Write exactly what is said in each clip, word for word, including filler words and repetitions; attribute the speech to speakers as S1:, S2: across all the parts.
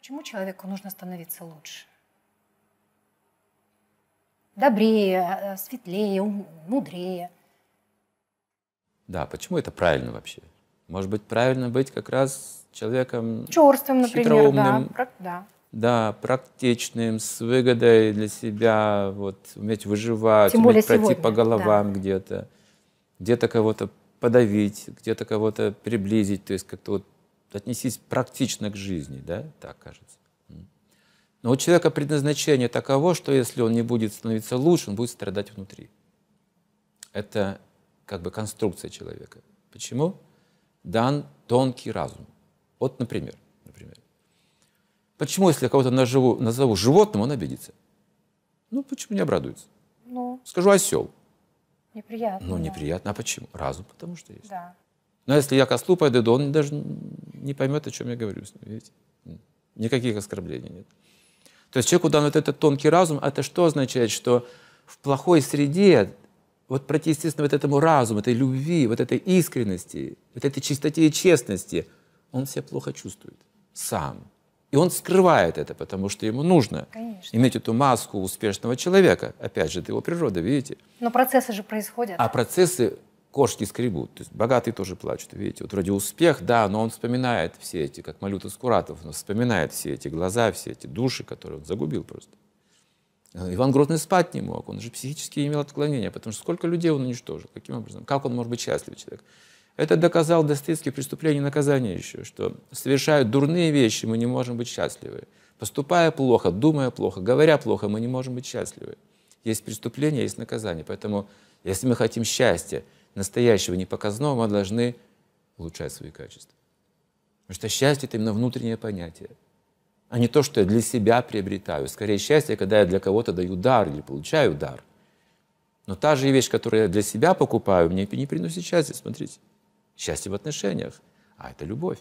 S1: Почему человеку нужно становиться лучше? Добрее, светлее, мудрее.
S2: Да, почему это правильно вообще? Может быть, правильно быть как раз человеком
S1: Черствым, например,
S2: хитроумным,
S1: да, да.
S2: да, практичным, с выгодой для себя, вот, уметь выживать,
S1: Тем
S2: уметь
S1: более
S2: пройти
S1: сегодня,
S2: по головам
S1: да.
S2: где-то, где-то кого-то подавить, где-то кого-то приблизить, то есть как-то вот отнесись практично к жизни, да, так кажется. Но у человека предназначение таково, что если он не будет становиться лучше, он будет страдать внутри. Это как бы конструкция человека. Почему? Дан тонкий разум. Вот, например, например. Почему, если я кого-то назову, назову животным, он обидится? Ну, почему не обрадуется?
S1: Ну,
S2: Скажу осел.
S1: неприятно.
S2: Ну,
S1: да.
S2: неприятно. А почему? Разум, потому что есть.
S1: Да.
S2: Но если я к ослу подойду, он даже не поймет, о чем я говорю с ним, видите? Никаких оскорблений нет. То есть человеку дан вот этот тонкий разум, это что означает? Что в плохой среде, вот противоестественно вот этому разуму, этой любви, вот этой искренности, вот этой чистоте и честности, он себя плохо чувствует сам. И он скрывает это, потому что ему нужно
S1: Конечно.
S2: иметь эту маску успешного человека. Опять же, это его природа, видите?
S1: Но процессы же происходят.
S2: А процессы кошки скребут. То есть богатые тоже плачут, видите? Вот вроде успех, да, но он вспоминает все эти, как Малюта Скуратов, он вспоминает все эти глаза, все эти души, которые он загубил просто. Иван Грозный спать не мог, он же психически имел отклонения, потому что сколько людей он уничтожил, каким образом, как он может быть счастлив, человек. Это доказал Достоевский в «Преступлении и наказании» еще, что совершая дурные вещи, мы не можем быть счастливы. Поступая плохо, думая плохо, говоря плохо, мы не можем быть счастливы. Есть преступление, есть наказание. Поэтому, если мы хотим счастья, настоящего, непоказного, мы должны улучшать свои качества. Потому что счастье — это именно внутреннее понятие, а не то, что я для себя приобретаю. Скорее, счастье, когда я для кого-то даю дар или получаю дар. Но та же вещь, которую я для себя покупаю, мне не приносит счастья, смотрите. Счастье в отношениях, а это любовь.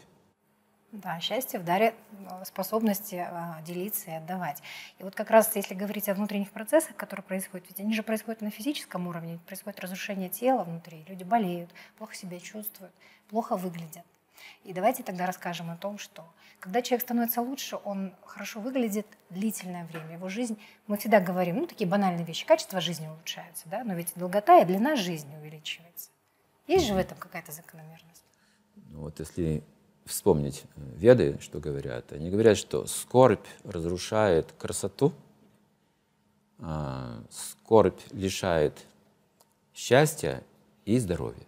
S1: Да, счастье в даре способности а, делиться и отдавать. И вот как раз если говорить о внутренних процессах, которые происходят, ведь они же происходят на физическом уровне, происходит разрушение тела внутри, люди болеют, плохо себя чувствуют, плохо выглядят. И давайте тогда расскажем о том, что когда человек становится лучше, он хорошо выглядит длительное время. Его жизнь, мы всегда говорим, ну такие банальные вещи, качество жизни улучшается, да, но ведь долгота и длина жизни увеличивается. Есть же в этом какая-то закономерность?
S2: Ну, вот если вспомнить Веды, что говорят, они говорят, что скорбь разрушает красоту, а скорбь лишает счастья и здоровья,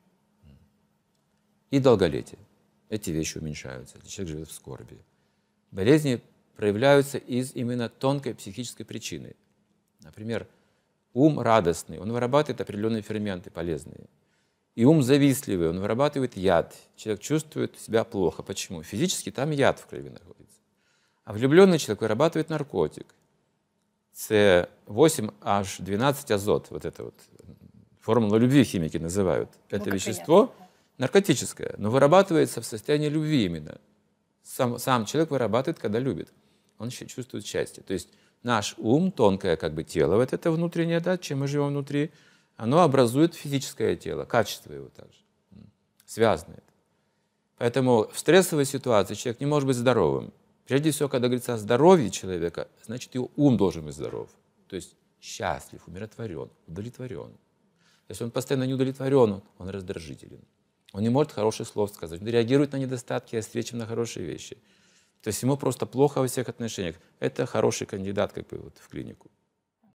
S2: и долголетия. Эти вещи уменьшаются, если человек живет в скорби. Болезни проявляются из именно тонкой психической причины. Например, ум радостный, он вырабатывает определенные ферменты полезные. И ум завистливый, он вырабатывает яд. Человек чувствует себя плохо. Почему? Физически там яд в крови находится. А влюбленный человек вырабатывает наркотик. С восемь аш двенадцать азот, вот это вот, формула любви химики называют. Это вещество наркотическое, но вырабатывается в состоянии любви именно. Сам, сам человек вырабатывает, когда любит. Он чувствует счастье. То есть наш ум, тонкое как бы тело, вот это внутреннее, да, чем мы живем внутри, оно образует физическое тело, качество его также, связано это. Поэтому в стрессовой ситуации человек не может быть здоровым. Прежде всего, когда говорится о здоровье человека, значит, его ум должен быть здоров. То есть счастлив, умиротворен, удовлетворен. Если он постоянно не удовлетворен, он раздражителен. Он не может хороших слов сказать, он реагирует на недостатки, острее, чем на хорошие вещи. То есть ему просто плохо во всех отношениях. Это хороший кандидат как бы, вот, в клинику.